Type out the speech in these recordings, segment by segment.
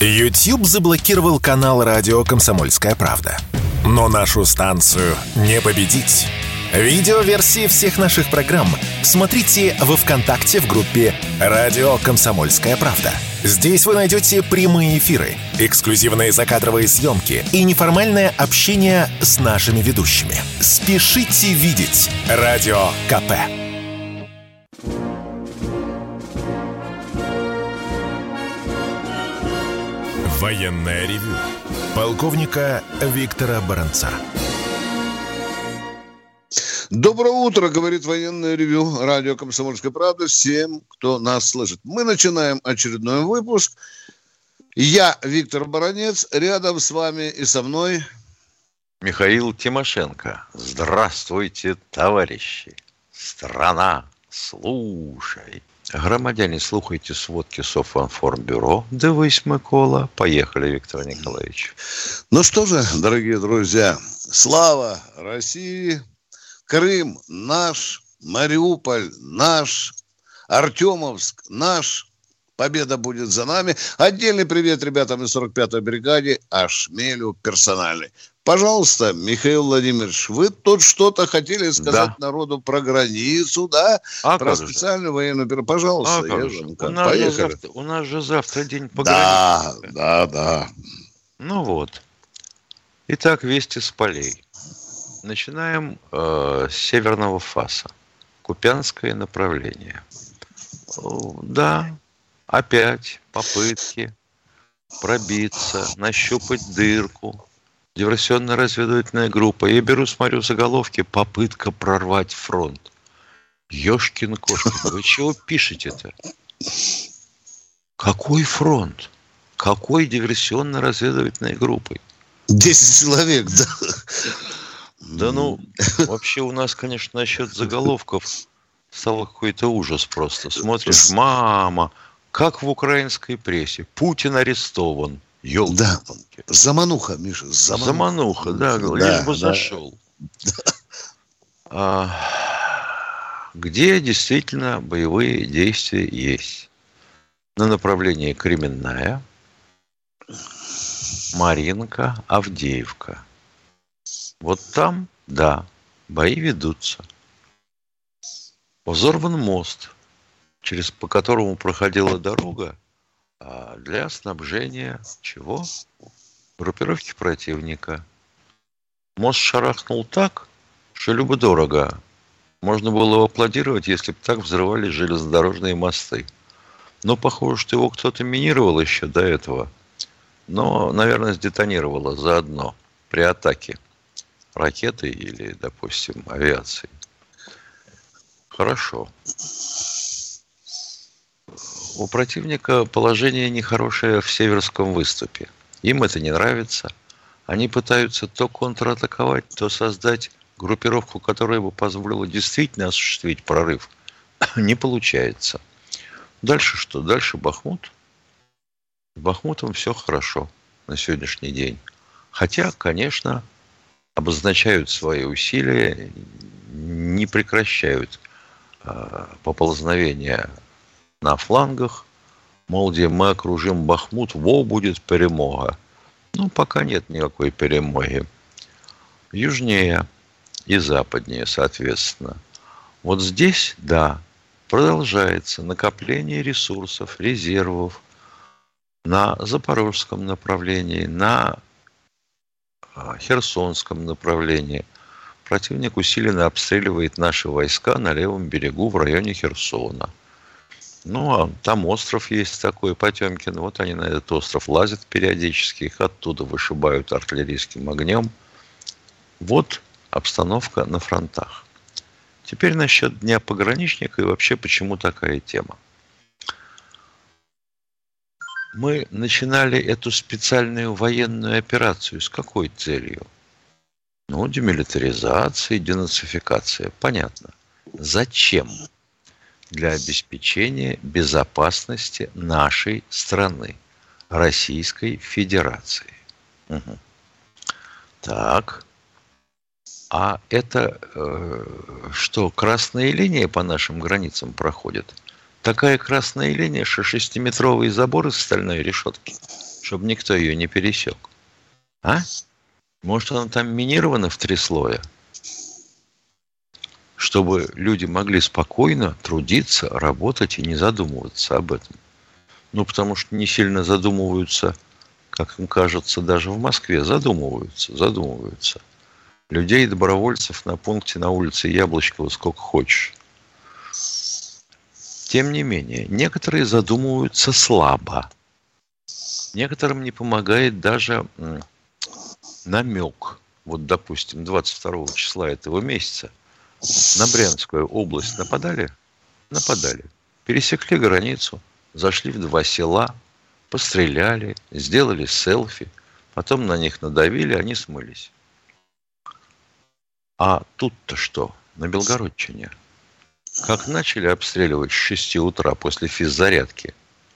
YouTube заблокировал канал «Радио Комсомольская правда». Но нашу станцию не победить. Видеоверсии всех наших программ смотрите во ВКонтакте в группе «Радио Комсомольская правда». Здесь вы найдете прямые эфиры, эксклюзивные закадровые съемки и неформальное общение с нашими ведущими. Спешите видеть Радио КП. Военное ревю полковника Виктора Баранца. Доброе утро, говорит военное ревю радио «Комсомольская правда» всем, кто нас слышит. Мы начинаем очередной выпуск. Я, Виктор Баранец, рядом с вами и со мной Михаил Тимошенко. Здравствуйте, товарищи. Страна, слушай. Громадяне, слухайте сводки Софинформбюро. Дивись, Микола. Поехали, Виктор Николаевич. Ну что же, дорогие друзья, слава России, Крым наш, Мариуполь наш, Артемовск наш, победа будет за нами. Отдельный привет ребятам из 45-й бригаде, а Шмелю персональный. Пожалуйста, Михаил Владимирович, вы тут что-то хотели сказать народу про границу, да? Про специальную военную операцию. Пожалуйста, поехали. У нас же завтра день пограничника. Да. Ну вот. Итак, вести с полей. Начинаем с северного фаса. Купянское направление. Да, опять попытки пробиться, нащупать дырку. Диверсионно-разведывательная группа. Я беру, смотрю заголовки: попытка прорвать фронт. Ёшкин-кошкин, вы чего пишете-то? Какой фронт? Какой диверсионно-разведывательной группой? 10 человек, да. Да ну, вообще у нас, конечно, насчет заголовков стал какой-то ужас просто. Смотришь, мама, как в украинской прессе. Путин арестован. Ёлки. Да, замануха, Миша, замануха, да, лишь бы зашел. Где действительно боевые действия есть? На направлении Кременная, Маринка, Авдеевка. Вот там, да, бои ведутся. Взорван мост, по которому проходила дорога для снабжения чего? Группировки противника. Мост шарахнул так, что любо-дорого. Можно было аплодировать, если бы так взрывались железнодорожные мосты. Но похоже, что его кто-то минировал еще до этого. Но, наверное, сдетонировало заодно при атаке ракетой или, допустим, авиацией. Хорошо. У противника положение нехорошее в Северском выступе. Им это не нравится. Они пытаются то контратаковать, то создать группировку, которая бы позволила действительно осуществить прорыв. Не получается. Дальше что? Дальше Бахмут. С Бахмутом все хорошо на сегодняшний день. Хотя, конечно, обозначают свои усилия, не прекращают поползновения на флангах. Мол, где мы окружим Бахмут, будет перемога. Ну, пока нет никакой перемоги. Южнее и западнее, соответственно. Вот здесь, да, продолжается накопление ресурсов, резервов на Запорожском направлении, на Херсонском направлении. Противник усиленно обстреливает наши войска на левом берегу в районе Херсона. Ну, а там остров есть такой, Потемкин. Вот они на этот остров лазят периодически, их оттуда вышибают артиллерийским огнем. Вот обстановка на фронтах. Теперь насчет Дня пограничника и вообще почему такая тема. Мы начинали эту специальную военную операцию с какой целью? Ну, демилитаризация, денацификация. Понятно. Зачем? Для обеспечения безопасности нашей страны, Российской Федерации. Угу. Так. А это что, красная линия по нашим границам проходит? Такая красная линия, что 6-метровые заборы с стальной решетки. чтобы никто ее не пересек. А? Может, она там минирована в 3 слоя? Чтобы люди могли спокойно трудиться, работать и не задумываться об этом. Ну, потому что не сильно задумываются, как им кажется, даже в Москве. Задумываются. Людей, добровольцев на пункте на улице Яблочкова сколько хочешь. Тем не менее, некоторые задумываются слабо. Некоторым не помогает даже намек. Вот, допустим, 22 числа этого месяца на Брянскую область нападали? Нападали. Пересекли границу, зашли в 2 села, постреляли, сделали селфи, потом на них надавили, они смылись. А тут-то что? На Белгородчине. Как начали обстреливать с 6 утра после физзарядки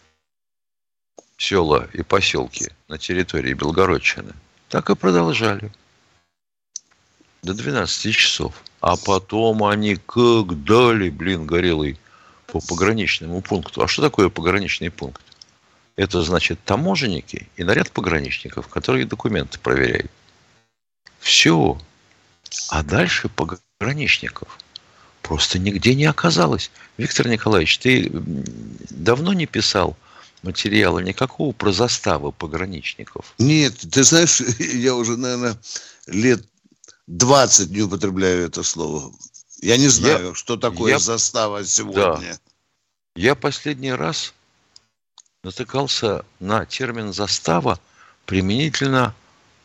села и поселки на территории Белгородчины, так и продолжали. До 12 часов. А потом они как дали, горелый, по пограничному пункту. А что такое пограничный пункт? Это значит таможенники и наряд пограничников, которые документы проверяют. Все. А дальше пограничников просто нигде не оказалось. Виктор Николаевич, ты давно не писал материала никакого про заставы пограничников? Нет, ты знаешь, я уже, наверное, лет 20 не употребляю это слово. Я не знаю, что такое застава сегодня. Да. Я последний раз натыкался на термин «застава» применительно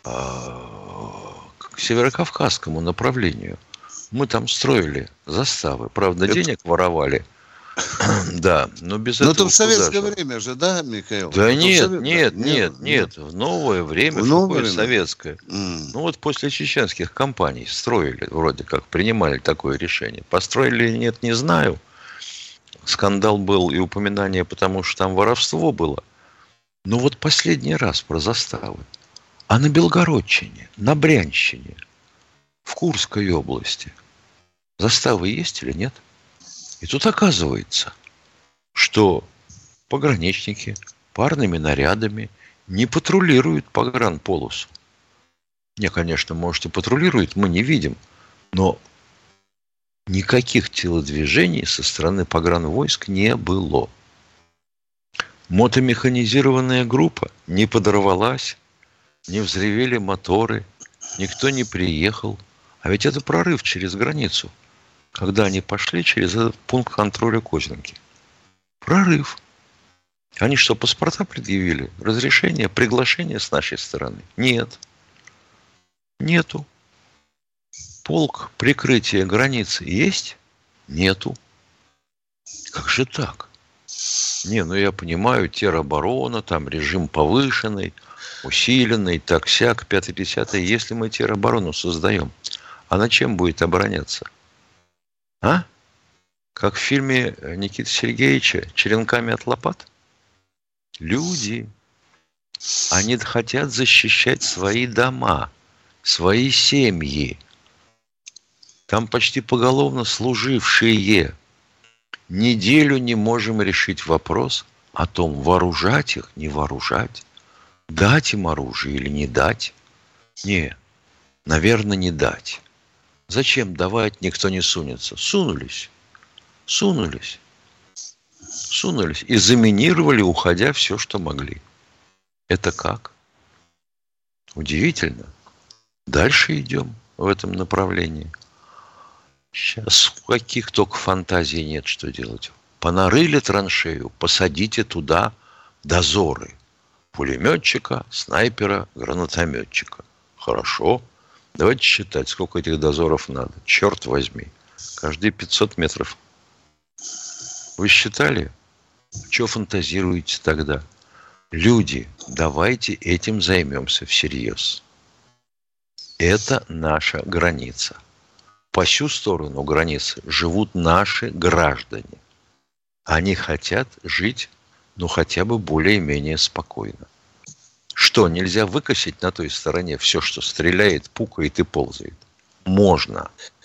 к северокавказскому направлению. Мы там строили заставы. Правда, денег воровали. Да, но без этого. Но это в советское время же, да, Михаил? Да нет. В новое время, какое советское. Ну вот после чеченских кампаний строили, вроде как принимали такое решение. Построили или нет, не знаю. Скандал был и упоминание, потому что там воровство было. Но вот последний раз про заставы. А на Белгородчине, на Брянщине, в Курской области заставы есть или нет? И тут оказывается, что пограничники парными нарядами не патрулируют погранполосу. Не, конечно, может, и патрулируют, мы не видим, но никаких телодвижений со стороны погранвойск не было. Мотомеханизированная группа не подорвалась, не взревели моторы, никто не приехал. А ведь это прорыв через границу, когда они пошли через этот пункт контроля Козинки. Прорыв. Они что, паспорта предъявили? Разрешение, приглашение с нашей стороны? Нет. Нету. Полк прикрытия границы есть? Нету. Как же так? Не, ну я понимаю, тероборона, там режим повышенный, усиленный, так-сяк, 5-10. Если мы тероборону создаем, она чем будет обороняться? А? Как в фильме Никиты Сергеевича «Черенками от лопат»? Люди, они хотят защищать свои дома, свои семьи. Там почти поголовно служившие. Неделю не можем решить вопрос о том, вооружать их, не вооружать, дать им оружие или не дать. Не, наверное, не дать. Зачем давать, никто не сунется. Сунулись и заминировали, уходя, все, что могли. Это как? Удивительно. Дальше идем в этом направлении. Сейчас каких только фантазий нет, что делать. Понарыли траншею, посадите туда дозоры. Пулеметчика, снайпера, гранатометчика. Хорошо. Давайте считать, сколько этих дозоров надо. Черт возьми. Каждые 500 метров. Вы считали? Чего фантазируете тогда? Люди, давайте этим займемся всерьез. Это наша граница. По сю сторону границы живут наши граждане. Они хотят жить, хотя бы более-менее спокойно. Что, нельзя выкосить на той стороне все, что стреляет, пукает и ползает? Можно.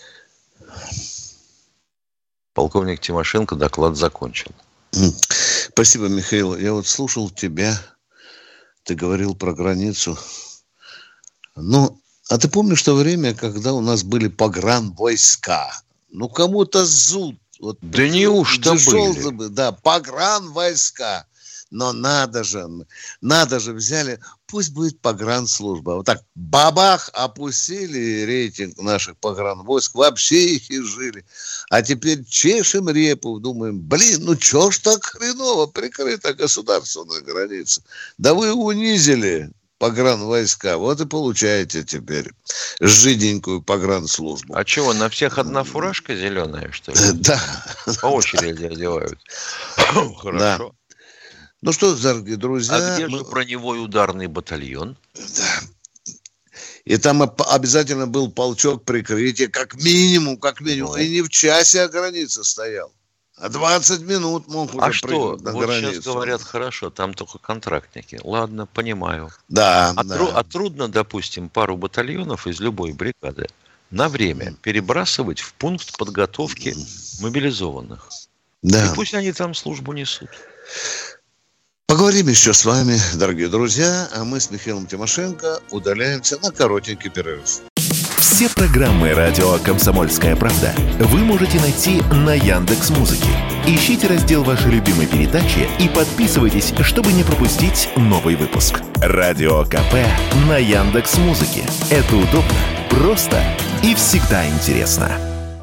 Полковник Тимошенко доклад закончил. Спасибо, Михаил. Я вот слушал тебя. ты говорил про границу. Ну, а ты помнишь то время, когда у нас были погранвойска? Ну, кому-то зуд. Вот, да неужто были? Да, погранвойска. Но надо же взяли, пусть будет погранслужба. Вот так бабах, опустили рейтинг наших погранвойск, вообще их изжили. А теперь чешем репу, думаем, ну чё ж так хреново прикрыта государственная граница. Да вы унизили погранвойска, вот и получаете теперь жиденькую погранслужбу. А чего, на всех одна фуражка зеленая, что ли? Да. По очереди одевают. Хорошо. Ну что, дорогие друзья... А где же броневой ударный батальон? Да. И там обязательно был полчок прикрытия, как минимум. И не в часе о границе стоял. А 20 минут мог уже прыгнуть на границу. Сейчас говорят, хорошо, там только контрактники. Ладно, понимаю. Да, А трудно, допустим, пару батальонов из любой бригады на время перебрасывать в пункт подготовки мобилизованных. Да. И пусть они там службу несут. Поговорим еще с вами, дорогие друзья, а мы с Михаилом Тимошенко удаляемся на коротенький перерыв. Все программы радио «Комсомольская правда» вы можете найти на Яндекс.Музыке. Ищите раздел вашей любимой передачи и подписывайтесь, чтобы не пропустить новый выпуск. Радио КП на Яндекс.Музыке. Это удобно, просто и всегда интересно.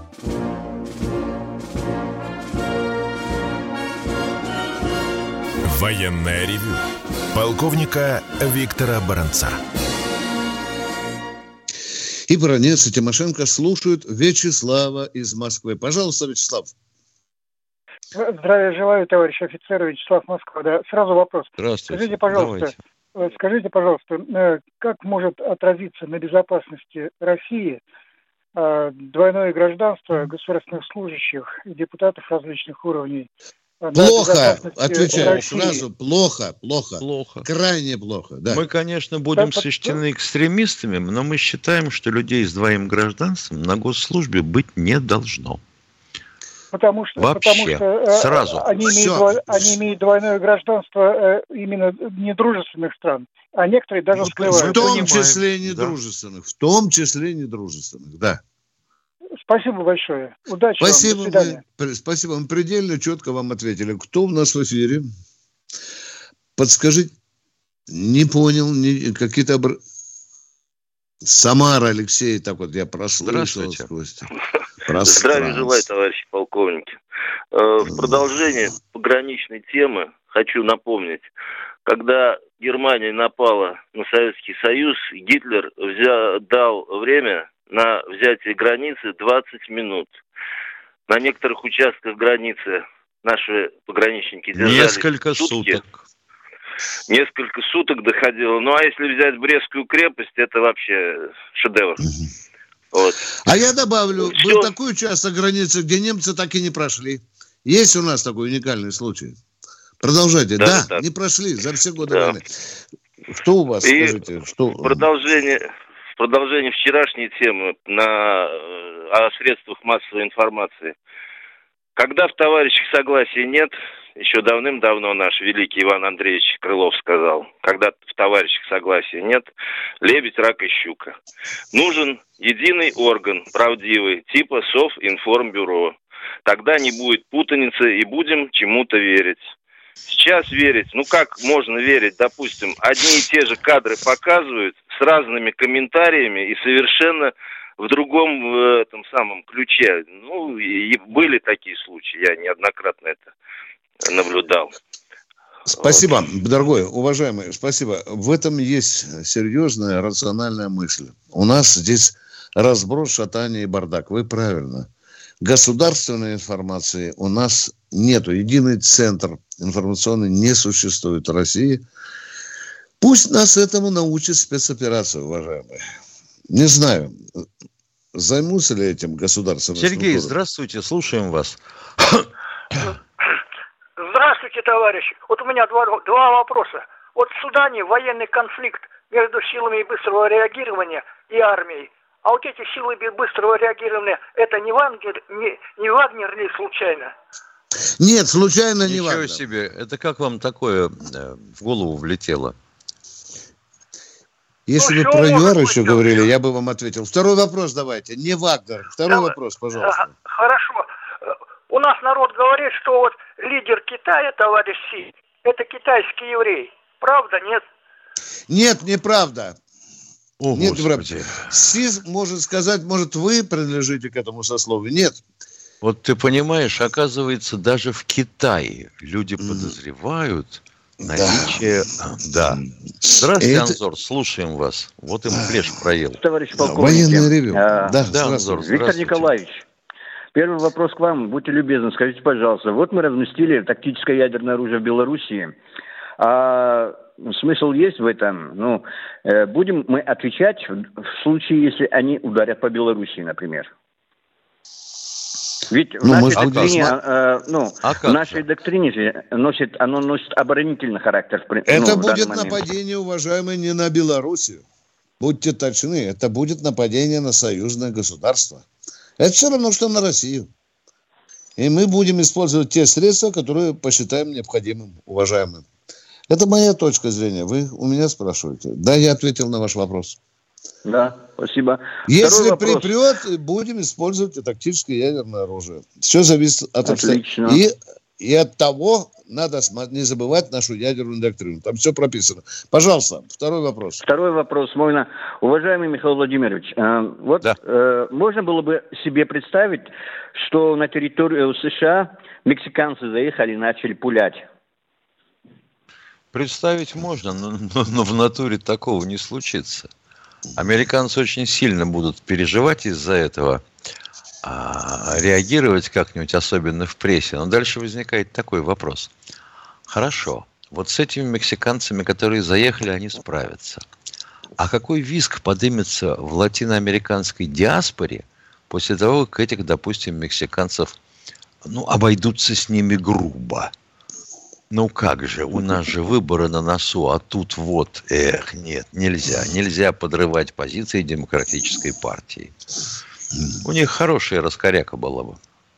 Военное ревю полковника Виктора Баранца. И Баранец, и Тимошенко слушают Вячеслава из Москвы. Пожалуйста, Вячеслав. Здравия желаю, товарищ офицер. Вячеслав, Москва. Да. Сразу вопрос. Здравствуйте. Скажите, пожалуйста, как может отразиться на безопасности России двойное гражданство государственных служащих и депутатов различных уровней? Плохо, отвечаю сразу, плохо. Крайне плохо, да. Мы, конечно, будем сочтены экстремистами, но мы считаем, что людей с двоим гражданством на госслужбе быть не должно. Потому что сразу. Они имеют двойное гражданство именно недружественных стран, а некоторые даже скрывают. В том числе недружественных, да. Спасибо большое. Удачи вам. До свидания. Спасибо. Мы предельно четко вам ответили. Кто у нас в эфире? Подскажите. Не понял. Какие-то... Самара, Алексей, так вот я прослышал. Здравия желаю, товарищи полковники. В продолжение пограничной темы хочу напомнить. Когда Германия напала на Советский Союз, Гитлер дал время на взятие границы 20 минут. На некоторых участках границы наши пограничники держались несколько суток. Несколько суток доходило. Ну, а если взять Брестскую крепость, это вообще шедевр. Вот. А я добавлю, был такой участок границы, где немцы так и не прошли. Есть у нас такой уникальный случай. Продолжайте. Да, не прошли за все годы войны. Что у вас, скажите? В продолжение вчерашней темы о средствах массовой информации. Когда в товарищах согласия нет, еще давным-давно наш великий Иван Андреевич Крылов сказал, когда в товарищах согласия нет, лебедь, рак и щука. Нужен единый орган, правдивый, типа Совинформбюро. Тогда не будет путаницы и будем чему-то верить. Сейчас верить, как можно верить, допустим, одни и те же кадры показывают с разными комментариями и совершенно в другом ключе. И были такие случаи, я неоднократно это наблюдал. Спасибо, дорогой, уважаемый, спасибо. В этом есть серьезная рациональная мысль. У нас здесь разброс, шатание и бардак. Вы правильно. Государственной информации у нас нету. Единый центр информационный не существует в России. Пусть нас этому научит спецоперация, уважаемые. Не знаю, займутся ли этим государственные Сергей, структуры. Здравствуйте, слушаем вас. Здравствуйте, товарищи. Вот у меня два вопроса. Вот в Судане военный конфликт между силами быстрого реагирования и армией. А вот эти силы быстрого реагирования, это не Вагнер ли случайно? Нет, случайно не Вагнер. Ничего себе. Это как вам такое в голову влетело? Если бы про ЮАР еще говорили, я бы вам ответил. Второй вопрос давайте. Не Вагнер. Второй вопрос, пожалуйста. Хорошо. У нас народ говорит, что вот лидер Китая, товарищ Си, это китайский еврей. Правда, нет? Нет, неправда. О, нет, Господи. Си может сказать, может, вы принадлежите к этому сословию. Нет. Вот ты понимаешь, оказывается, даже в Китае люди подозревают наличие... Да. Здравствуйте, Анзор, слушаем вас. Вот им флеш проел. Товарищ полковник. Военный ревю. Да, Анзор, Виктор Николаевич, первый вопрос к вам. Будьте любезны, скажите, пожалуйста. Вот мы разместили тактическое ядерное оружие в Белоруссии. Смысл есть в этом? Будем мы отвечать в случае, если они ударят по Белоруссии, например? Ведь в нашей доктрине же носит оборонительный характер. Это будет нападение, уважаемые, не на Белоруссию. Будьте точны, это будет нападение на союзное государство. Это все равно, что на Россию. И мы будем использовать те средства, которые посчитаем необходимым, уважаемым. Это моя точка зрения. Вы у меня спрашиваете. Да, я ответил на ваш вопрос. Да, спасибо. Если припрет, будем использовать тактическое ядерное оружие. Все зависит от обстоятельств. И от того, надо не забывать нашу ядерную доктрину. Там все прописано. Пожалуйста, второй вопрос. Второй вопрос. Уважаемый Михаил Владимирович, можно было бы себе представить, что на территорию США мексиканцы заехали и начали пулять? Представить можно, но в натуре такого не случится. Американцы очень сильно будут переживать из-за этого, реагировать как-нибудь, особенно в прессе. Но дальше возникает такой вопрос. Хорошо, вот с этими мексиканцами, которые заехали, они справятся. А какой визг поднимется в латиноамериканской диаспоре после того, как этих, допустим, мексиканцев, обойдутся с ними грубо? Ну как же, у нас же выборы на носу, а тут нет, нельзя подрывать позиции демократической партии. У них хорошая раскоряка была бы.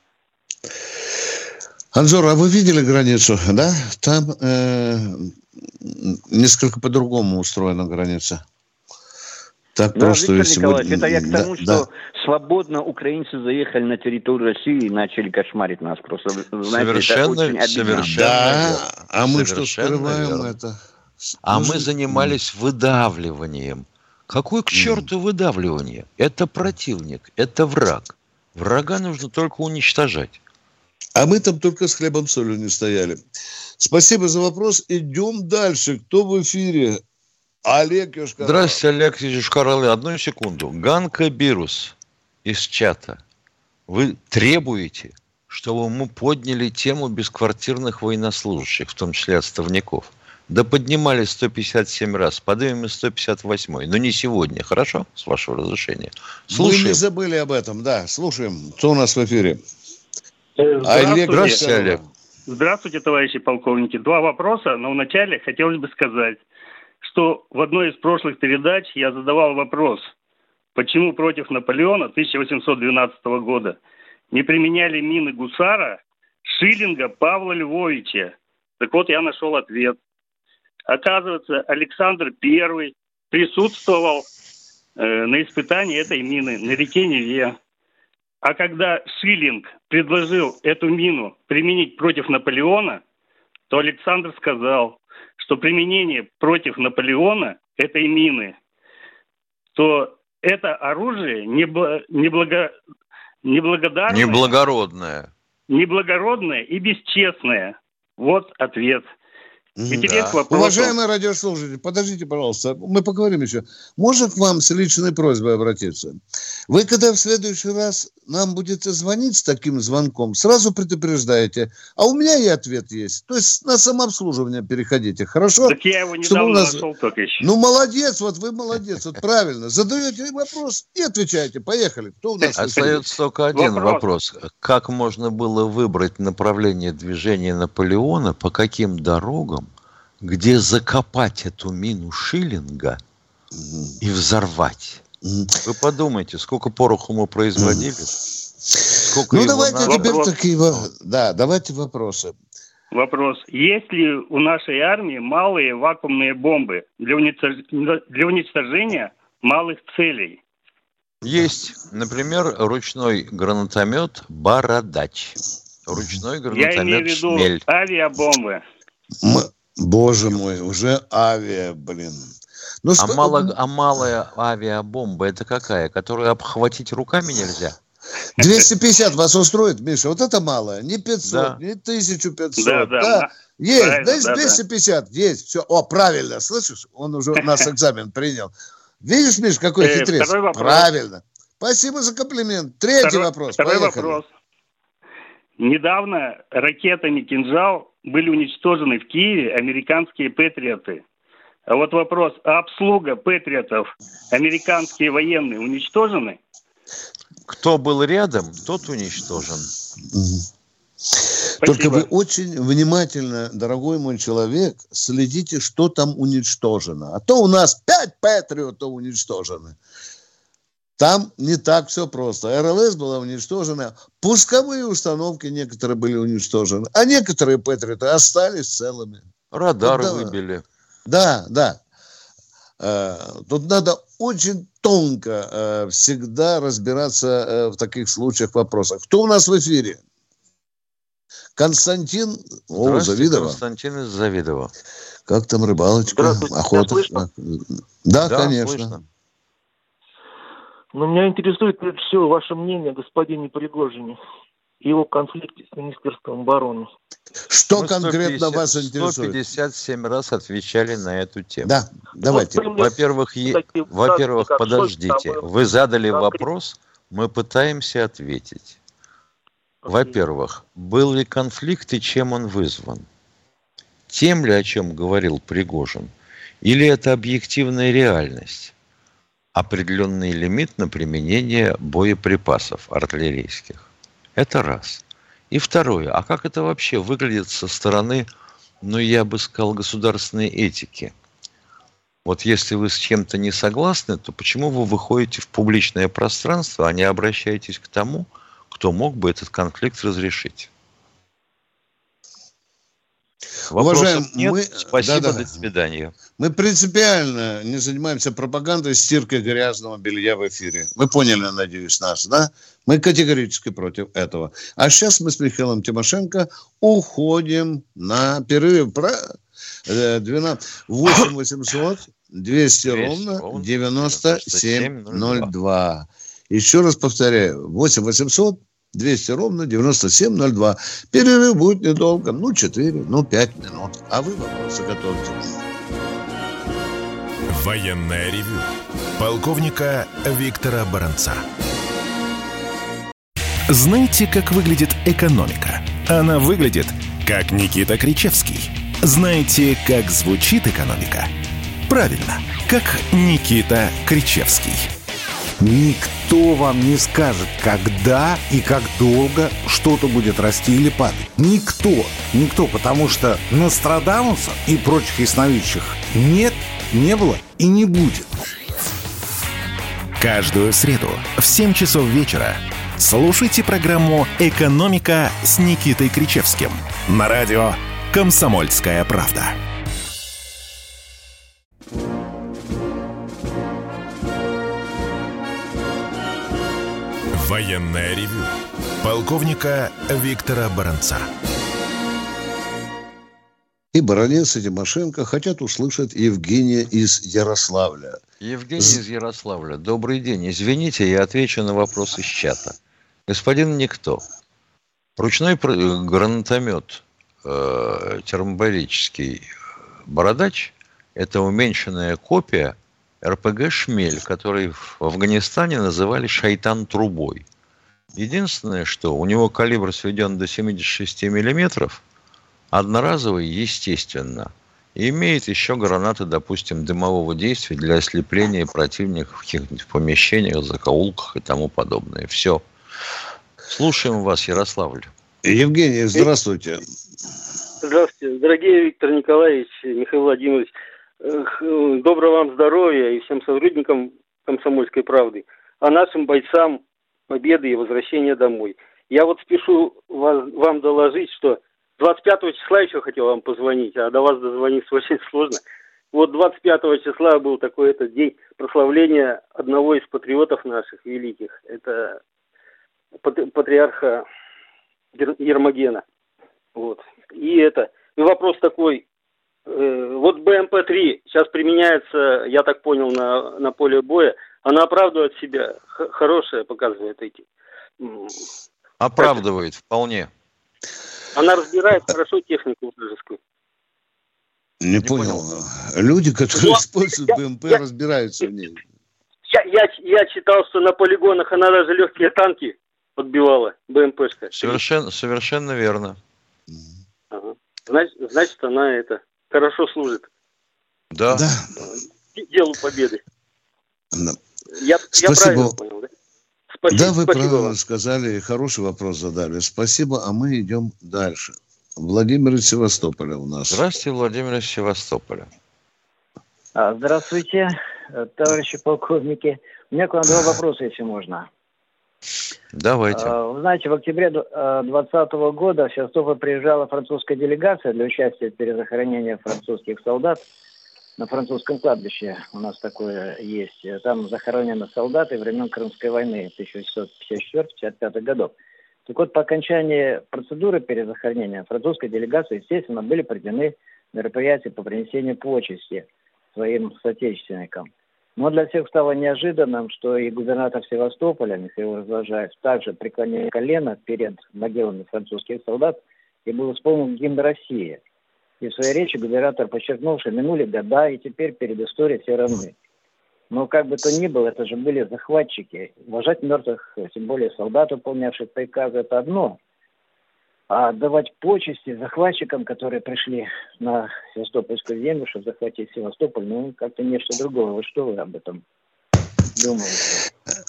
Анзор, а вы видели границу, да? Там несколько по-другому устроена граница. Так да, просто, Виктор Николаевич, это я к тому, что свободно украинцы заехали на территорию России и начали кошмарить нас. Просто, знаете, совершенно. Да, а мы что, скрываем это? А мы занимались выдавливанием. Какое к черту выдавливание? Это противник, это враг. Врага нужно только уничтожать. А мы там только с хлебом солью не стояли. Спасибо за вопрос. Идем дальше. Кто в эфире? Олег Юшкарал. Здравствуйте, Олег Юшкарал. Одну секунду. Ганка Бирус из чата. Вы требуете, чтобы мы подняли тему бесквартирных военнослужащих, в том числе отставников. Да поднимали 157 раз, поднимем и 158. Но не сегодня, хорошо? С вашего разрешения. Слушаем. Мы не забыли об этом, да. Слушаем. Кто у нас в эфире? Здравствуйте, Олег. Здравствуйте, товарищи полковники. Два вопроса, но вначале хотелось бы сказать, что в одной из прошлых передач я задавал вопрос, почему против Наполеона 1812 года не применяли мины гусара Шиллинга Павла Львовича. Так вот, я нашел ответ. Оказывается, Александр I присутствовал на испытании этой мины на реке Неве. А когда Шиллинг предложил эту мину применить против Наполеона, то Александр сказал, что применение против Наполеона этой мины, то это оружие неблагородное и бесчестное. Вот ответ. Уважаемые радиослушатели, подождите, пожалуйста, мы поговорим еще. Можно к вам с личной просьбой обратиться? Вы, когда в следующий раз нам будете звонить с таким звонком, сразу предупреждаете, а у меня и ответ есть. То есть на самообслуживание переходите, хорошо? Так я его недавно нашел только еще. Ну, молодец, вот вы молодец, вот правильно. Задаете вопрос и отвечаете. Поехали. Кто у нас? Остается только один вопрос. Как можно было выбрать направление движения Наполеона, по каким дорогам, где закопать эту мину Шиллинга и взорвать? Вы подумайте, сколько пороху мы производили? Ну, давайте теперь такие... Да, давайте вопросы. Вопрос. Есть ли у нашей армии малые вакуумные бомбы для уничтожения малых целей? Есть, например, ручной гранатомет «Бородач». Ручной гранатомет Я имею в виду «Шмель». Авиабомбы. Боже мой, уже авиа, блин. Ну, малая авиабомба это какая? Которую обхватить руками нельзя? 250 вас устроит, Миша? Вот это малое. Не 500, да. не 1500. Да. Есть, 250, есть. Все. О, правильно, слышишь? Он уже у нас экзамен принял. Видишь, Миш, какой хитрец? Правильно. Спасибо за комплимент. Третий вопрос. Второй вопрос. Недавно ракетами «Кинжал» были уничтожены в Киеве американские «Патриоты». А вот вопрос, а обслуга «Патриотов», американские военные, уничтожены? Кто был рядом, тот уничтожен. Спасибо. Только вы очень внимательно, дорогой мой человек, следите, что там уничтожено. А то у нас 5 «Патриотов» уничтожены. Там не так все просто. РЛС была уничтожена, пусковые установки некоторые были уничтожены, а некоторые «Патриоты» остались целыми. Радары выбили. Да. Тут надо очень тонко всегда разбираться в таких случаях, вопросах. Кто у нас в эфире? Константин Завидово. Константин из Завидово. Как там рыбалочка, охота? Да, конечно. Слышно. Но меня интересует прежде всего ваше мнение о господине Пригожине и его конфликте с Министерством обороны. Что конкретно вас интересует? 157 раз отвечали на эту тему. Да, давайте. Во-первых, подождите. Вы задали вопрос, мы пытаемся ответить. Во-первых, был ли конфликт и чем он вызван? Тем ли, о чем говорил Пригожин? Или это объективная реальность? Определенный лимит на применение боеприпасов артиллерийских. Это раз. И второе. А как это вообще выглядит со стороны, я бы сказал, государственной этики? Вот если вы с чем-то не согласны, то почему вы выходите в публичное пространство, а не обращаетесь к тому, кто мог бы этот конфликт разрешить? Уважаемые, нет. Спасибо, до свидания. Мы принципиально не занимаемся пропагандой, стиркой грязного белья в эфире. Вы поняли, надеюсь, нас, да? Мы категорически против этого. А сейчас мы с Михаилом Тимошенко уходим на перерыв. 8 800 200 ровно 9702. Еще раз повторяю. 8 800 200 ровно 9702. Перерыв будет недолго. 4, 5 минут. А вы вопросы готовьте. Военное ревю полковника Виктора Баранца. Знаете, как выглядит экономика? Она выглядит, как Никита Кричевский. Знаете, как звучит экономика? Правильно, как Никита Кричевский. Никто вам не скажет, когда и как долго что-то будет расти или падать. Никто, потому что Нострадамуса и прочих ясновидящих нет, не было и не будет. Каждую среду в 7 часов вечера слушайте программу «Экономика» с Никитой Кричевским на радио «Комсомольская правда». Военное ревю полковника Виктора Баранца. И Баранец, и Тимошенко хотят услышать Евгения из Ярославля. Евгений из Ярославля. Добрый день. Извините, я отвечу на вопрос из чата. Господин Никто, ручной гранатомет термобарический «Бородач» – это уменьшенная копия РПГ «Шмель», который в Афганистане называли «Шайтан-трубой». Единственное, что у него калибр сведен до 76 миллиметров, одноразовый, естественно, и имеет еще гранаты, допустим, дымового действия для ослепления противника в каких-нибудь помещениях, закоулках и тому подобное. Все. Слушаем вас, Ярославль. Евгений, здравствуйте. Здравствуйте, дорогие Виктор Николаевич, Михаил Владимирович. Доброго вам здоровья и всем сотрудникам «Комсомольской правды», а нашим бойцам победы и возвращения домой. Я вот спешу вам доложить, что 25 числа еще хотел вам позвонить, а до вас дозвониться очень сложно. Вот 25 числа был такой день прославления одного из патриотов наших великих. Это патриарха Ермогена. Вот. И вопрос такой. Вот БМП-3 сейчас применяется, я так понял, на поле боя. Она оправдывает себя, хорошее показывает эти. Оправдывает вполне. Она разбирает хорошо технику вражескую. Не понял. Люди, которые используют БМП, разбираются в ней. Я читал, что на полигонах она даже легкие танки подбивала, БМПшка. Совершенно верно. Ага. Значит, она хорошо служит. Да. Делу победы. Да. Я правильно понял, да? Спасибо, вы правильно вам сказали, хороший вопрос задали. Спасибо, а мы идем дальше. Владимир из Севастополя у нас. Здравствуйте, Владимир из Севастополя. Здравствуйте, товарищи полковники. У меня к вам два вопроса, если можно. Давайте. Вы знаете, в октябре 2020 года в Севастополь приезжала французская делегация для участия в перезахоронении французских солдат на французском кладбище. У нас такое есть. Там захоронены солдаты времен Крымской войны 1854-55 годов. Так вот, по окончании процедуры перезахоронения французской делегации, естественно, были проведены мероприятия по принесению почести своим соотечественникам. Но для всех стало неожиданным, что и губернатор Севастополя Михаил Развожаев также преклонил колено перед могилами французских солдат и был исполнен гимн России. И в своей речи губернатор подчеркнул, что минули года, и теперь перед историей все равны. Но как бы то ни было, это же были захватчики. Уважать мертвых, тем более солдат, выполнявших приказы, это одно. А отдавать почести захватчикам, которые пришли на Севастопольскую землю, чтобы захватить Севастополь, как-то нечто другое. Вот что вы об этом думаете?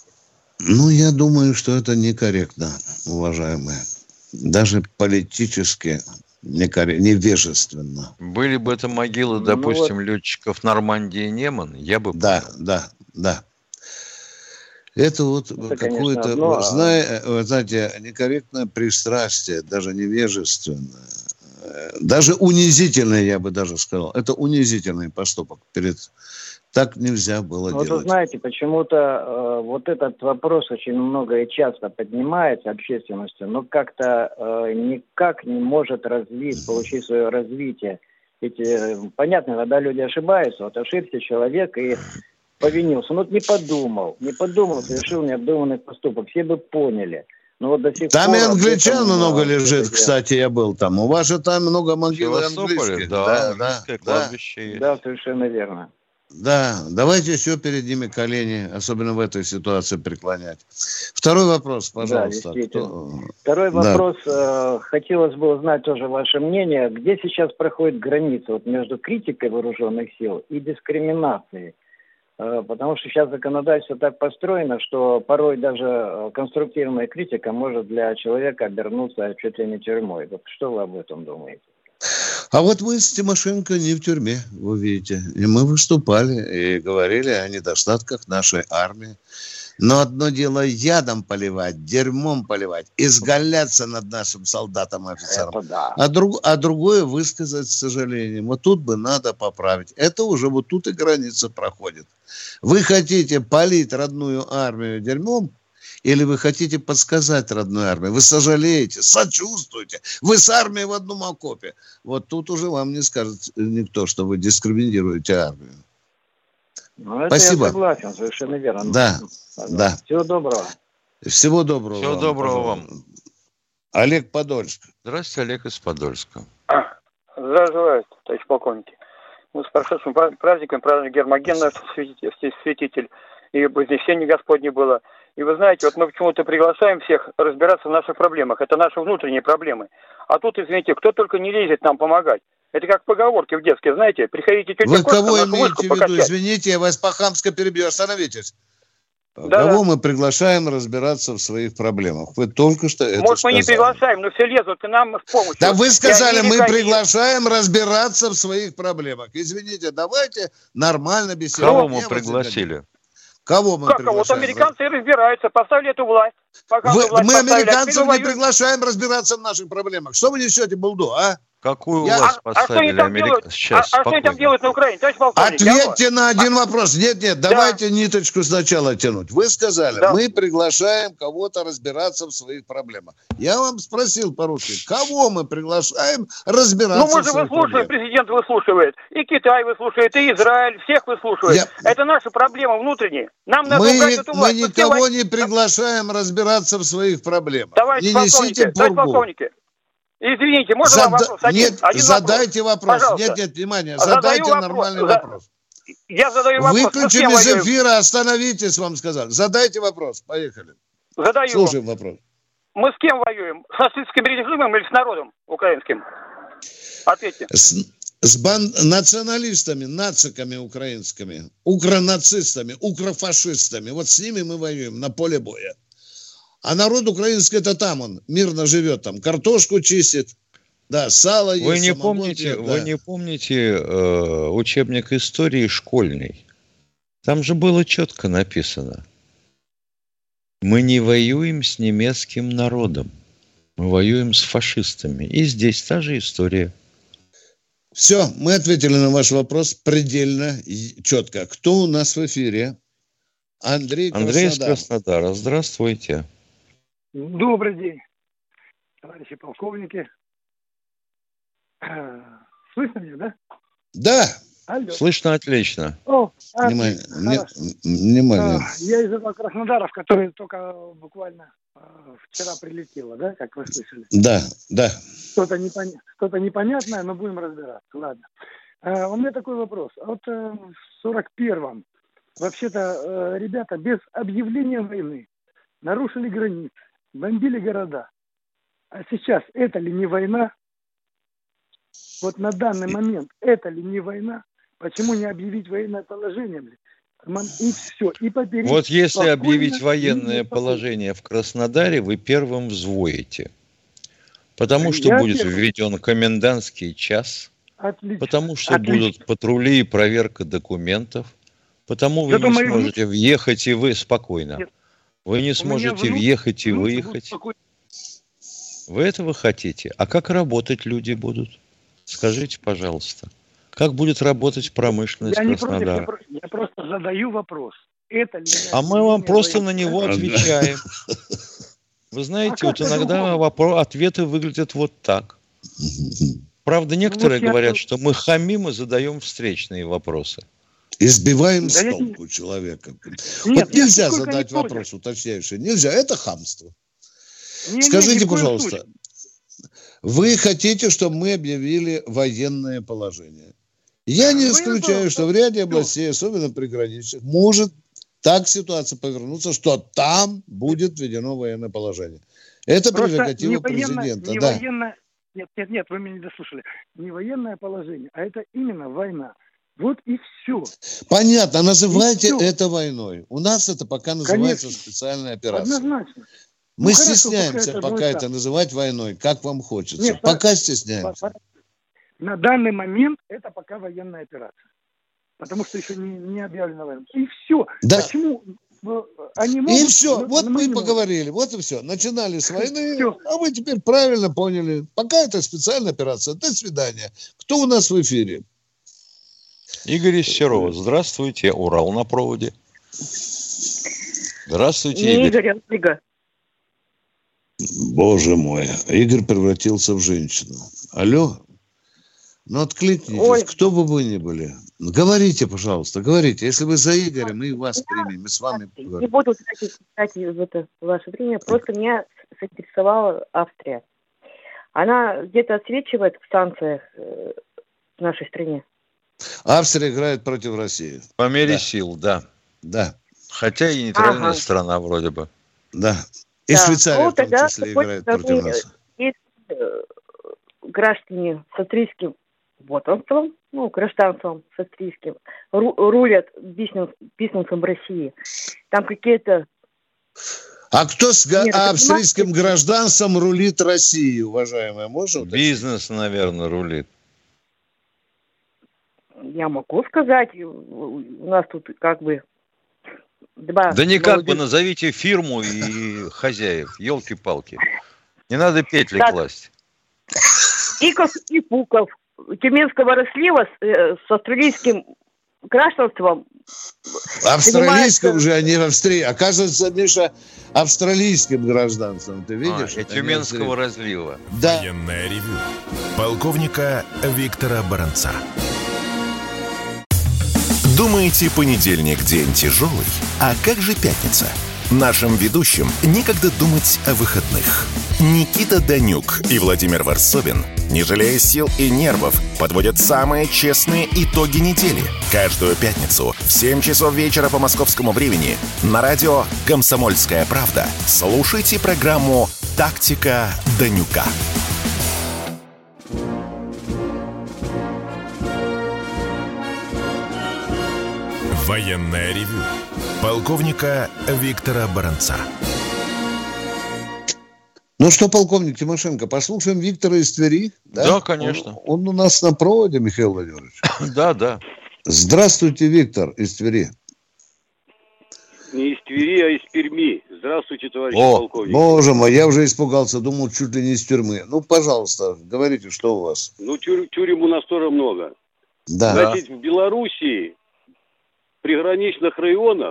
Я думаю, что это некорректно, уважаемые. Даже политически невежественно. Были бы это могилы, допустим, летчиков Нормандии и Неман, я бы понял. Да. Это какое-то, знаете, некорректное пристрастие, даже невежественное, даже унизительное, я бы даже сказал. Это унизительный поступок. Так нельзя было делать. Вы знаете, почему-то вот этот вопрос очень много и часто поднимается общественностью, но как-то никак не может получить свое развитие. Ведь понятно, когда люди ошибаются, вот ошибся человек и повинился. Не подумал, совершил необдуманный поступок. Все бы поняли. Но вот до сих там пор и англичан много лежит, кстати, я был там. У вас же там много могил английских. Английское кладбище есть. Да, совершенно верно. Да, давайте все перед ними колени, особенно в этой ситуации, преклонять. Второй вопрос, пожалуйста. Да, Второй вопрос. Хотелось бы узнать тоже ваше мнение. Где сейчас проходит граница между критикой вооруженных сил и дискриминацией? Потому что сейчас законодательство так построено, что порой даже конструктивная критика может для человека обернуться чуть ли не тюрьмой. Вот что вы об этом думаете? А вот мы с Тимошенко не в тюрьме, вы видите. И мы выступали и говорили о недостатках нашей армии. Но одно дело ядом поливать, дерьмом поливать, изгаляться над нашим солдатом и офицером. А другое высказать с сожалением. Вот тут бы надо поправить. Это уже вот тут и граница проходит. Вы хотите полить родную армию дерьмом? Или вы хотите подсказать родной армии? Вы сожалеете, сочувствуете. Вы с армией в одном окопе. Вот тут уже вам не скажет никто, что вы дискриминируете армию. Спасибо. Я согласен, совершенно верно. Да. Всего доброго. Всего доброго. Всего доброго вам. Олег, Подольск. Здравствуйте, Олег из Подольска. Здравствуйте, товарищ полковники. С прошедшим праздником, праздник Гермогена, святитель, и Вознесение Господне было. И вы знаете, мы почему-то приглашаем всех разбираться в наших проблемах. Это наши внутренние проблемы. А тут, извините, кто только не лезет нам помогать. Это как поговорки в детстве, знаете, приходите тетя Вы Костя, кого имеете в виду? покачать. Извините, я вас по-хамски перебью. Остановитесь. Кого мы приглашаем разбираться в своих проблемах? Вы только что это Может, сказали. мы не приглашаем, но все лезут к нам с помощью. Да вы сказали, мы приглашаем разбираться в своих проблемах. Извините, давайте нормально беседовать. Кого мы пригласили? Кого мы приглашаем? Вот американцы и разбираются, поставили эту власть. Мы американцев не приглашаем разбираться в наших проблемах. Что вы несете булду, а? Какую власть поставили американцы? Сейчас, что они там делают на Украине, товарищ полковник? Ответьте на один вопрос. Нет, давайте ниточку сначала тянуть. Вы сказали, мы приглашаем кого-то разбираться в своих проблемах. Я вам спросил по-русски, кого мы приглашаем разбираться в своих проблемах? Мы же выслушиваем, президент выслушивает, и Китай выслушивает, и Израиль, всех выслушивает. Это наши проблемы внутренние. Нам надо убрать эту власть. Мы никого не приглашаем разбираться в своих проблемах. Товарищ полковник, извините, можно вам вопрос? Задайте вопрос. Пожалуйста. Нет, внимание, задайте нормальный вопрос. Я задаю вопрос. Выключим из эфира, остановитесь, вам сказали. Задайте вопрос, поехали. Задаю. Слушаем вопрос. Мы с кем воюем? С нацистским режимом или с народом украинским? Ответьте. С националистами, нациками украинскими, укронацистами, укрофашистами. Вот с ними мы воюем на поле боя. А народ украинский, это там он, мирно живет там, картошку чистит, да, сало ест. Вы не помните учебник истории школьный? Там же было четко написано. Мы не воюем с немецким народом. Мы воюем с фашистами. И здесь та же история. Все, мы ответили на ваш вопрос предельно четко. Кто у нас в эфире? Андрей из Краснодара. Здравствуйте. Добрый день, товарищи полковники. Слышно меня, да? Да. Алло. Слышно отлично. Внимание. Я из этого Краснодара, в который только буквально вчера прилетело, да, как вы слышали? Да. Что-то непонятное, но будем разбираться. Ладно. У меня такой вопрос. Вот в 41-м вообще-то ребята без объявления войны нарушили границы, бомбили города. А сейчас это ли не война? Вот на данный момент это ли не война? Почему не объявить военное положение? И все, и поперечь. Вот если объявить военное положение в Краснодаре, вы первым взвоите. Потому что будет введен комендантский час. Отлично. Потому что будут патрули и проверка документов. Потому вы не сможете въехать и вы спокойно. Нет. Вы не сможете въехать и выехать. Вы этого хотите? А как работать люди будут? Скажите, пожалуйста. Как будет работать промышленность Краснодара? Я просто задаю вопрос. Это ли мы вам просто на него отвечаем. Вы знаете, вот иногда ответы выглядят вот так. Правда, некоторые говорят, что мы хамим и задаем встречные вопросы. Избиваем с толку человека. Вот нельзя задать вопрос уточняющий. Нельзя, это хамство. Скажите, пожалуйста, вы хотите, чтобы мы объявили военное положение? Я не исключаю, что в ряде областей, особенно приграничных, может так ситуация повернуться, что там будет введено военное положение. Это прерогатива президента. Нет, вы меня не дослушали. Не военное положение, а это именно война. Вот и все. Понятно, называйте это войной. У нас это пока называется специальная операция. Однозначно. Мы стесняемся пока это называть войной, как вам хочется. Нет, пока стесняемся. На данный момент это пока военная операция. Потому что еще не объявлена война. И все. Да. Почему они могут... И все. Вот мы поговорили. Вот и все. Начинали с войны, а вы теперь правильно поняли. Пока это специальная операция. До свидания. Кто у нас в эфире? Игорь из Серова. Здравствуйте. Урал на проводе. Здравствуйте, Игорь. Игорь. Боже мой. Игорь превратился в женщину. Алло? Ну, откликнитесь. Ой. Кто бы вы ни были. Говорите, пожалуйста, говорите. Если вы за Игоря, мы вас примем. Мы с вами поговорим. Не буду тратить в это ваше время. Просто меня заинтересовала Австрия. Она где-то отсвечивает в санкциях в нашей стране? Австрия играет против России. По мере сил, да. Да. Хотя и нейтральная страна вроде бы. Да. И Швейцария в том числе играет против нас. Есть граждане с австрийским вотанством, гражданством с австрийским, рулят бизнесом в России. Там какие-то... А кто с австрийским гражданством рулит Россией, уважаемая? Можно? Бизнес, наверное, рулит. Я могу сказать, у нас тут как бы два. Да никак молодых. вы назовите фирму и хозяев. Елки-палки. Не надо петли Так. класть. Иков и Пуков. Тюменского разлива с австралийским гражданством. Австралийским же, а не в Австрии. Оказывается, Миша, австралийским гражданством. Ты видишь? И Тюменского разлива. Да. Военное ревю полковника Виктора Баранца. Думаете, понедельник день тяжелый? А как же пятница? Нашим ведущим некогда думать о выходных. Никита Данюк и Владимир Варсобин, не жалея сил и нервов, подводят самые честные итоги недели. Каждую пятницу в 7 часов вечера по московскому времени на радио «Комсомольская правда» слушайте программу «Тактика Данюка». Военное ревю полковника Виктора Баранца. Ну что, полковник Тимошенко, послушаем Виктора из Твери? Да, конечно. Он у нас на проводе, Михаил Владимирович. Да. Здравствуйте, Виктор из Твери. Не из Твери, а из Перми. Здравствуйте, товарищ полковник. Боже мой, я уже испугался, думал, чуть ли не из тюрьмы. Ну, пожалуйста, говорите, что у вас? Ну, тюрем у нас тоже много. Да. Значит, в Белоруссии, в приграничных районах,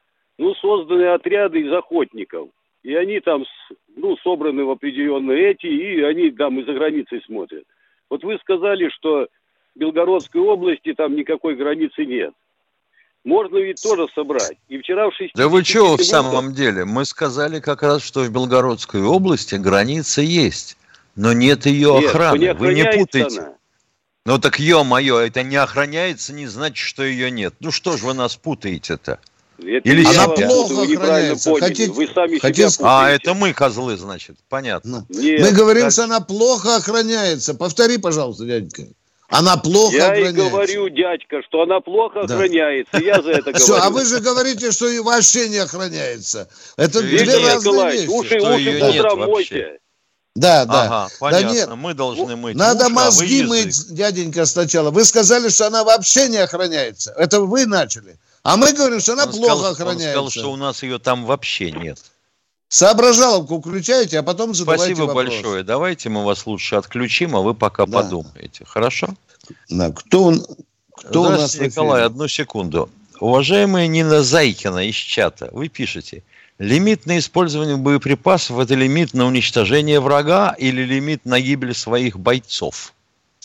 созданы отряды из охотников. И они там, собраны в определенные и они там и за границей смотрят. Вот вы сказали, что в Белгородской области там никакой границы нет. Можно ведь тоже собрать. И вчера в 60... Да вы чего в самом деле? Мы сказали как раз, что в Белгородской области граница есть, но нет ее охраны. Вы не путайте. Она. Ну так, ё-моё, это не охраняется, не значит, что ее нет. Ну что ж вы нас путаете-то? Или она плохо охраняется. Вы сами себя путаете. Это мы козлы, значит. Понятно. Нет, мы говорим, что она плохо охраняется. Повтори, пожалуйста, дядька. Она плохо охраняется. Я и говорю, дядька, что она плохо охраняется. Я за это говорю. Все, а вы же говорите, что и вообще не охраняется. Это две разные вещи. Уши утром мойте. Да. Ага, понятно. Да нет, мы должны мыть надо уши, мозги мыть, дяденька, сначала. Вы сказали, что она вообще не охраняется. Это вы начали. А мы говорим, что она плохо охраняется. Он сказал, что у нас ее там вообще нет. Соображаловку включайте, а потом задавайте Спасибо вопрос. большое. Давайте мы вас лучше отключим, а вы пока подумаете. Хорошо? Да. Кто у нас Здравствуйте, Николай, одну секунду. Уважаемая Нина Зайкина из чата, вы пишете: лимит на использование боеприпасов – это лимит на уничтожение врага или лимит на гибель своих бойцов?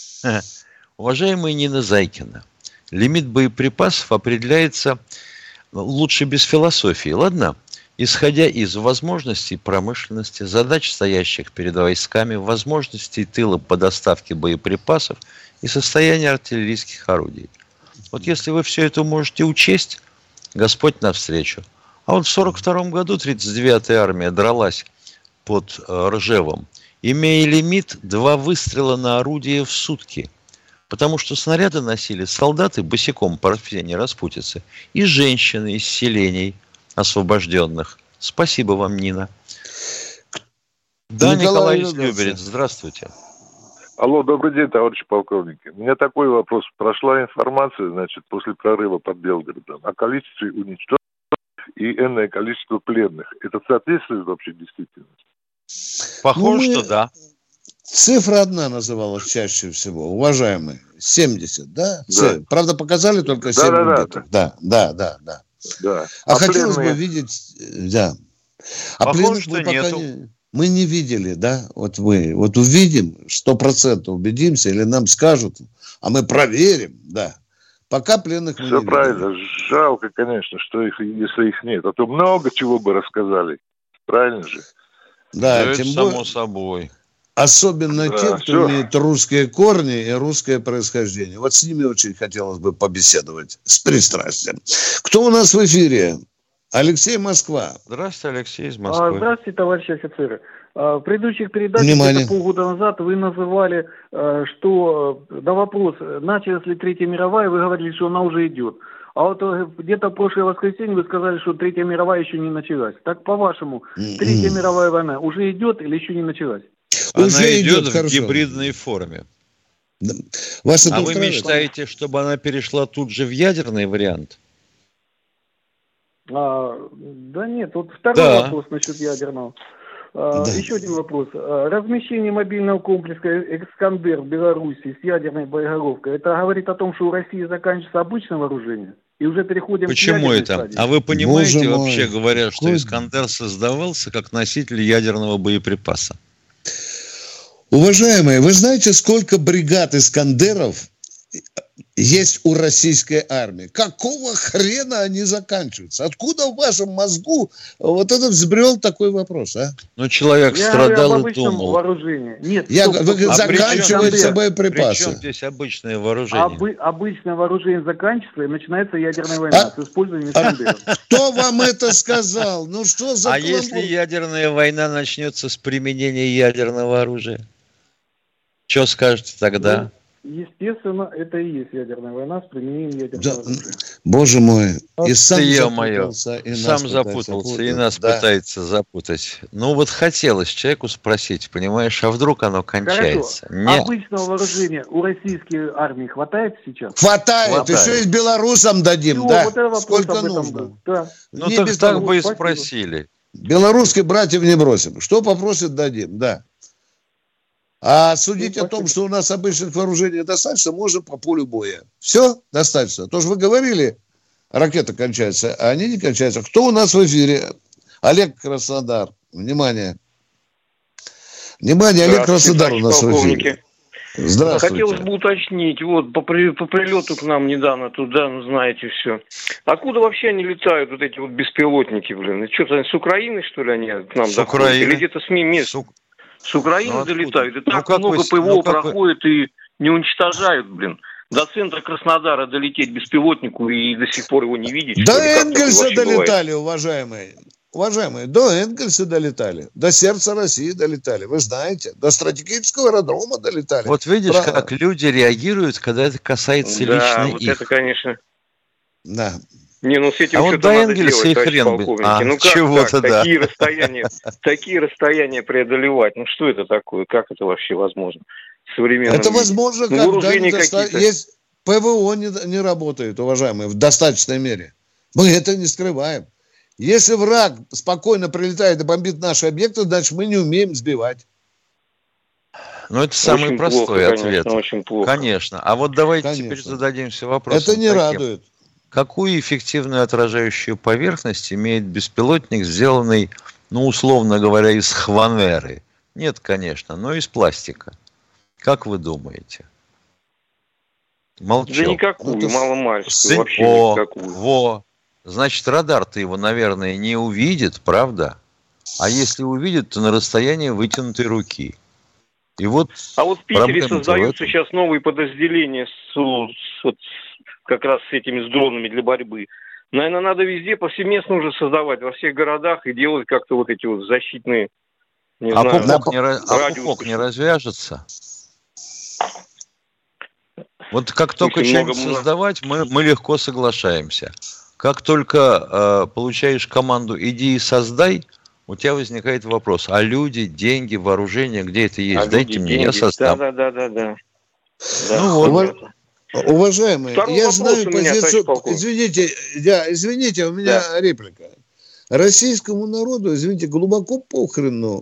Уважаемая Нина Зайкина, лимит боеприпасов определяется лучше без философии, ладно? Исходя из возможностей промышленности, задач, стоящих перед войсками, возможностей тыла по доставке боеприпасов и состояния артиллерийских орудий. Вот если вы все это можете учесть, Господь навстречу. А вот в 1942 году 39-я армия дралась под Ржевом, имея лимит 2 выстрела на орудие в сутки. Потому что снаряды носили солдаты босиком по всей распутице и женщины из селений освобожденных. Спасибо вам, Нина. Да, Николай из Люберец, здравствуйте. Алло, добрый день, товарищи полковники. У меня такой вопрос. Прошла информация, после прорыва под Белгородом о количестве уничтоженных и энное количество пленных. Это соответствует вообще действительности? Похоже, что да. Цифра одна называлась чаще всего, уважаемые. 70, да? Да. Правда, показали только 7 убитых. Да. А хотелось бы видеть... Да. А пленных мы пока мы не видели, да? Вот увидим, 100% убедимся, или нам скажут, а мы проверим, да. Пока пленных мы не видели. Все правильно. Жалко, конечно, что если их нет. А то много чего бы рассказали. Правильно же? Да, тем более... Само собой. Особенно те, кто имеет русские корни и русское происхождение. Вот с ними очень хотелось бы побеседовать с пристрастием. Кто у нас в эфире? Алексей, Москва. Здравствуйте, Алексей из Москвы. Здравствуйте, товарищи офицеры. В предыдущих передачах полгода назад вы называли, что на вопрос, началась ли Третья мировая, вы говорили, что она уже идет. А вот где-то в прошлое воскресенье вы сказали, что Третья мировая еще не началась. Так, по-вашему, Третья мировая война уже идет или еще не началась? Она идет в гибридной форме. Да. А вы мечтаете, чтобы она перешла тут же в ядерный вариант? Да нет, вот второй вопрос насчет ядерного. Еще один вопрос. Размещение мобильного комплекса «Искандер» в Беларуси с ядерной боеголовкой, это говорит о том, что у России заканчивается обычное вооружение? И уже переходим Почему к это? стадии? А вы понимаете, вообще говоря, что «Искандер» создавался как носитель ядерного боеприпаса? Уважаемые, вы знаете, сколько бригад «Искандеров» есть у российской армии? Какого хрена они заканчиваются? Откуда в вашем мозгу вот этот взбрел такой вопрос, а? Ну, человек страдал и думал. Вооружении. Нет, заканчиваются боеприпасы. Причем здесь обычное вооружение? Обычное вооружение заканчивается, и начинается ядерная война с использованием «Искандеров». Кто вам это сказал? Ну, что за А если ядерная война начнется с применения ядерного оружия? Что скажете тогда? Естественно, это и есть ядерная война с применением ядерного оружия. Боже мой, и сам запутался, и нас пытается запутать. Ну вот хотелось человеку спросить, понимаешь, а вдруг оно кончается? Нет. Обычного вооружения у российской армии хватает сейчас? Хватает. Еще и белорусам дадим, все, да? Вот сколько нужно. Да. Ну так бы и спросили. Белорусских братьев не бросим. Что попросят, дадим, да. А судить о том, что у нас обычных вооружений достаточно, можно по полю боя. Все достаточно. То, что вы говорили, ракета кончается, а они не кончаются. Кто у нас в эфире? Олег Краснодар. Внимание. Внимание, Олег Краснодар у нас в эфире. Здравствуйте. Хотелось бы уточнить, вот по прилету к нам недавно туда, ну знаете все. Откуда вообще они летают, вот эти вот беспилотники, блин? Что-то с Украины, что ли, они к нам доходят? Или где-то с мест? С Украины долетают. И так много ПВО проходит и не уничтожают, блин. До центра Краснодара долететь беспилотнику и до сих пор его не видеть. До Энгельса долетали, уважаемые. Уважаемые, до Энгельса долетали. До сердца России долетали. Вы знаете, до стратегического аэродрома долетали. Вот видишь, как люди реагируют, когда это касается лично вот их. Это, конечно. Да. Не, ну с этим вот что-то надо делать, товарищ полковник. Ну как так? Такие расстояния преодолевать? Ну что это такое? Как это вообще возможно? Это возможно, когда есть ПВО не работает, уважаемые, в достаточной мере. Мы это не скрываем. Если враг спокойно прилетает и бомбит наши объекты, значит мы не умеем сбивать. Ну, это самый простой ответ. Очень плохо. Конечно. А вот давайте теперь зададимся вопросом. Это не радует. Какую эффективную отражающую поверхность имеет беспилотник, сделанный, ну, условно говоря, из хванеры? Нет, конечно, но из пластика. Как вы думаете? Молчал. Да никакую, маломальскую, вообще никакую. Значит, радар-то его, наверное, не увидит, правда? А если увидит, то на расстоянии вытянутой руки. И вот а вот в Питере создаются сейчас новые подразделения как раз с этими дронами для борьбы. Наверное, надо везде повсеместно уже создавать, во всех городах, и делать как-то вот эти вот защитные, пупок не развяжется? Вот как только что-нибудь создавать, мы легко соглашаемся. Как только получаешь команду «иди и создай», у тебя возникает вопрос, а люди, деньги, вооружение, где это есть? Дайте мне, я создам. Да. Ну вот. Уважаемые, я знаю позицию... Извините, у меня реплика. Российскому народу, извините, глубоко похрену,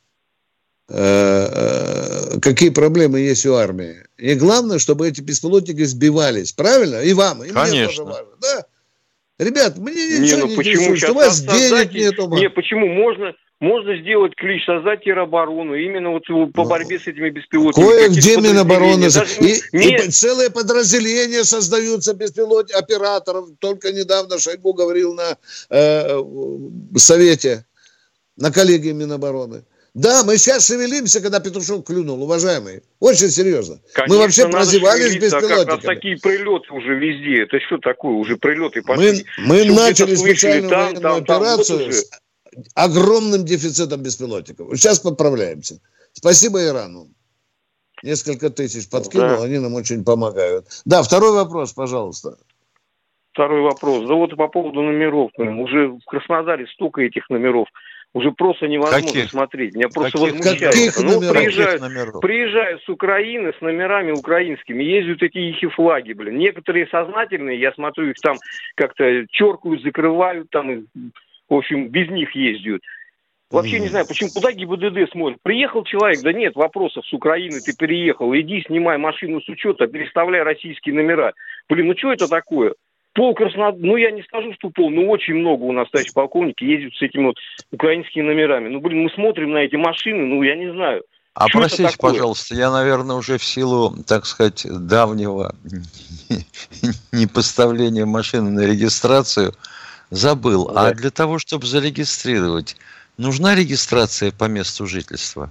какие проблемы есть у армии. И главное, чтобы эти беспилотники сбивались. Правильно? И вам, и конечно. Мне тоже важно. Да? Ребят, мне ничего не интересует, что у вас денег нету. Не, почему? Можно сделать клич, создать тероборону, именно вот по борьбе с этими беспилотниками. Кое-где Минобороны. И целые подразделения создаются беспилотников, операторов. Только недавно Шойгу говорил на совете, на коллегии Минобороны. Да, мы сейчас шевелимся, когда Петрушев клюнул, уважаемые. Очень серьезно. Конечно, мы вообще прозевались беспилотниками. Такие прилеты уже везде. Это что такое? Уже прилеты пошли. Мы начали специальную военную операцию с огромным дефицитом беспилотников. Сейчас подправляемся. Спасибо Ирану. Несколько тысяч подкинул, они нам очень помогают. Да, второй вопрос, пожалуйста. Второй вопрос. Да вот по поводу номеров. Уже в Краснодаре столько этих номеров. уже просто невозможно смотреть. Меня просто возмущает. Приезжают с Украины с номерами украинскими, ездят такие их флаги, блин. Некоторые сознательные, я смотрю, их там как-то черкают, закрывают, там, в общем, без них ездят. Вообще не знаю, почему, куда ГИБДД смотрит. Приехал человек, да нет вопросов, с Украины ты переехал, иди снимай машину с учета, переставляй российские номера. Блин, ну что это такое? Пол Краснодар, ну я не скажу, что пол, но очень много у нас, товарищ полковник, ездят с этими вот украинскими номерами. Ну, блин, мы смотрим на эти машины, ну я не знаю. А простите, пожалуйста, я, наверное, уже в силу, так сказать, давнего непоставления машины на регистрацию забыл. Да. А для того, чтобы зарегистрировать, нужна регистрация по месту жительства?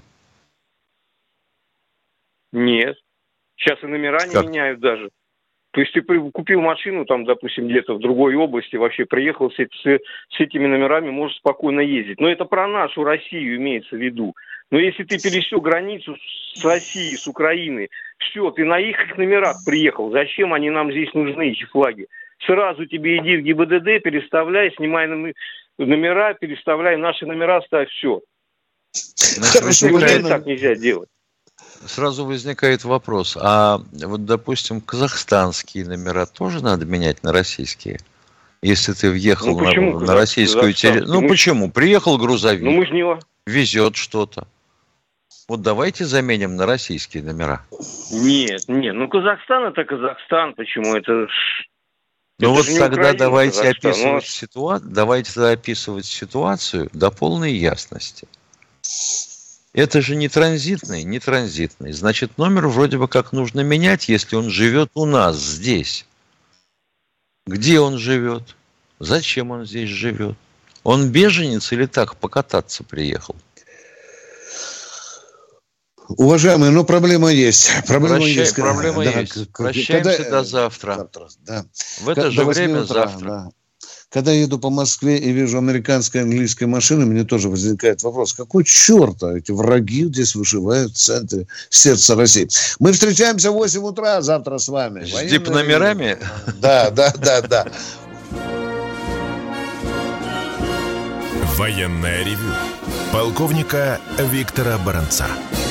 Нет. Сейчас и номера не меняют даже. То есть ты купил машину, там, допустим, где-то в другой области, вообще приехал с этими номерами, можешь спокойно ездить. Но это про нашу Россию имеется в виду. Но если ты пересек границу с Россией, с Украиной, все, ты на их номерах приехал. Зачем они нам здесь нужны, эти флаги? Сразу тебе иди в ГИБДД, переставляй, снимай номера, переставляй наши номера, ставь, все. Так нельзя делать. Сразу возникает вопрос, а вот, допустим, казахстанские номера тоже надо менять на российские? Если ты въехал на российскую территорию. Ну почему? Приехал грузовик, везет что-то. Вот давайте заменим на российские номера. Нет, ну Казахстан это Казахстан, почему это... Ну вот тогда давайте описывать ситуацию до полной ясности. Это же не транзитный. Значит, номер вроде бы как нужно менять, если он живет у нас здесь. Где он живет? Зачем он здесь живет? Он беженец или так покататься приехал? Уважаемые, но проблема есть. Проблема есть. Прощаемся до завтра. В это же время завтра. Да. Когда я еду по Москве и вижу американские и английские машины, мне тоже возникает вопрос, какой черта эти враги здесь выживают в центре сердца России. Мы встречаемся в 8 утра завтра с вами. С дип-номерами? Да. Военное ревю полковника Виктора Баранца.